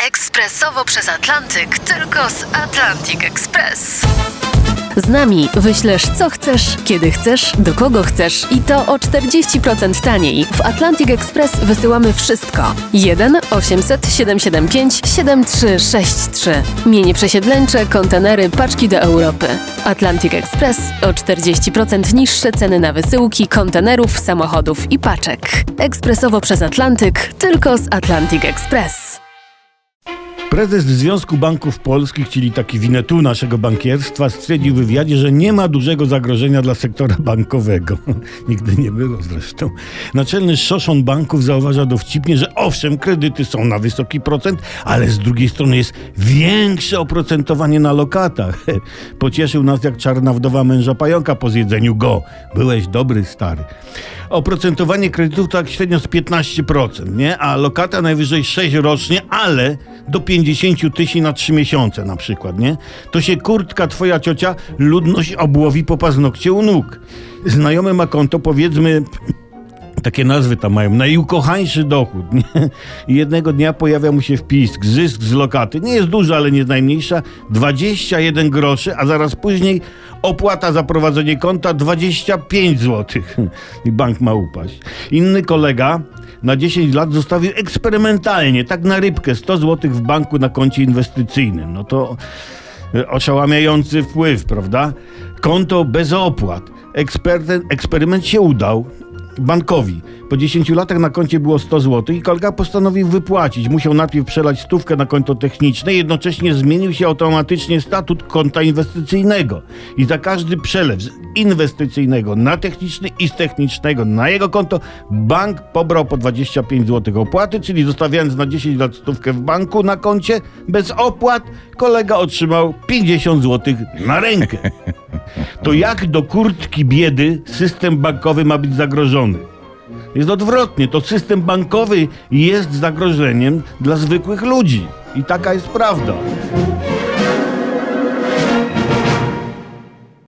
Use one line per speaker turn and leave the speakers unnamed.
Ekspresowo przez Atlantyk, tylko z Atlantic Express.
Z nami wyślesz co chcesz, kiedy chcesz, do kogo chcesz i to o 40% taniej. W Atlantic Express wysyłamy wszystko. 1 800 775 7363. Mienie przesiedleńcze, kontenery, paczki do Europy. Atlantic Express o 40% niższe ceny na wysyłki, kontenerów, samochodów i paczek. Ekspresowo przez Atlantyk, tylko z Atlantic Express.
Prezes Związku Banków Polskich, czyli taki Winnetou naszego bankierstwa, stwierdził w wywiadzie, że nie ma dużego zagrożenia dla sektora bankowego. Nigdy nie było zresztą. Naczelny szoszon banków zauważa dowcipnie, że owszem, kredyty są na wysoki procent, ale z drugiej strony jest większe oprocentowanie na lokatach. Pocieszył nas jak czarna wdowa męża pająka po zjedzeniu go. Byłeś dobry, stary. Oprocentowanie kredytów to tak średnio z 15%, nie? A lokata najwyżej 6 rocznie, ale do 50 000 na 3 miesiące na przykład, nie? To się kurtka twoja ciocia ludność obłowi po paznokcie u nóg. Znajomy ma konto, powiedzmy, takie nazwy tam mają, najukochańszy dochód, nie? I jednego dnia pojawia mu się wpis, zysk z lokaty. Nie jest duża, ale nie najmniejsza. 21 groszy, a zaraz później opłata za prowadzenie konta 25 zł. I bank ma upaść. Inny kolega na 10 lat zostawił eksperymentalnie, tak na rybkę, 100 zł w banku na koncie inwestycyjnym. No to oszałamiający wpływ, prawda? Konto bez opłat. Eksperyment się udał bankowi. Po 10 latach na koncie było 100 zł i kolega postanowił wypłacić. Musiał najpierw przelać stówkę na konto techniczne, jednocześnie zmienił się automatycznie statut konta inwestycyjnego. I za każdy przelew z inwestycyjnego na techniczny i z technicznego na jego konto bank pobrał po 25 zł opłaty, czyli zostawiając na 10 lat stówkę w banku na koncie bez opłat, kolega otrzymał 50 zł na rękę. To jak do kurtki biedy system bankowy ma być zagrożony? Jest odwrotnie, to system bankowy jest zagrożeniem dla zwykłych ludzi. I taka jest prawda.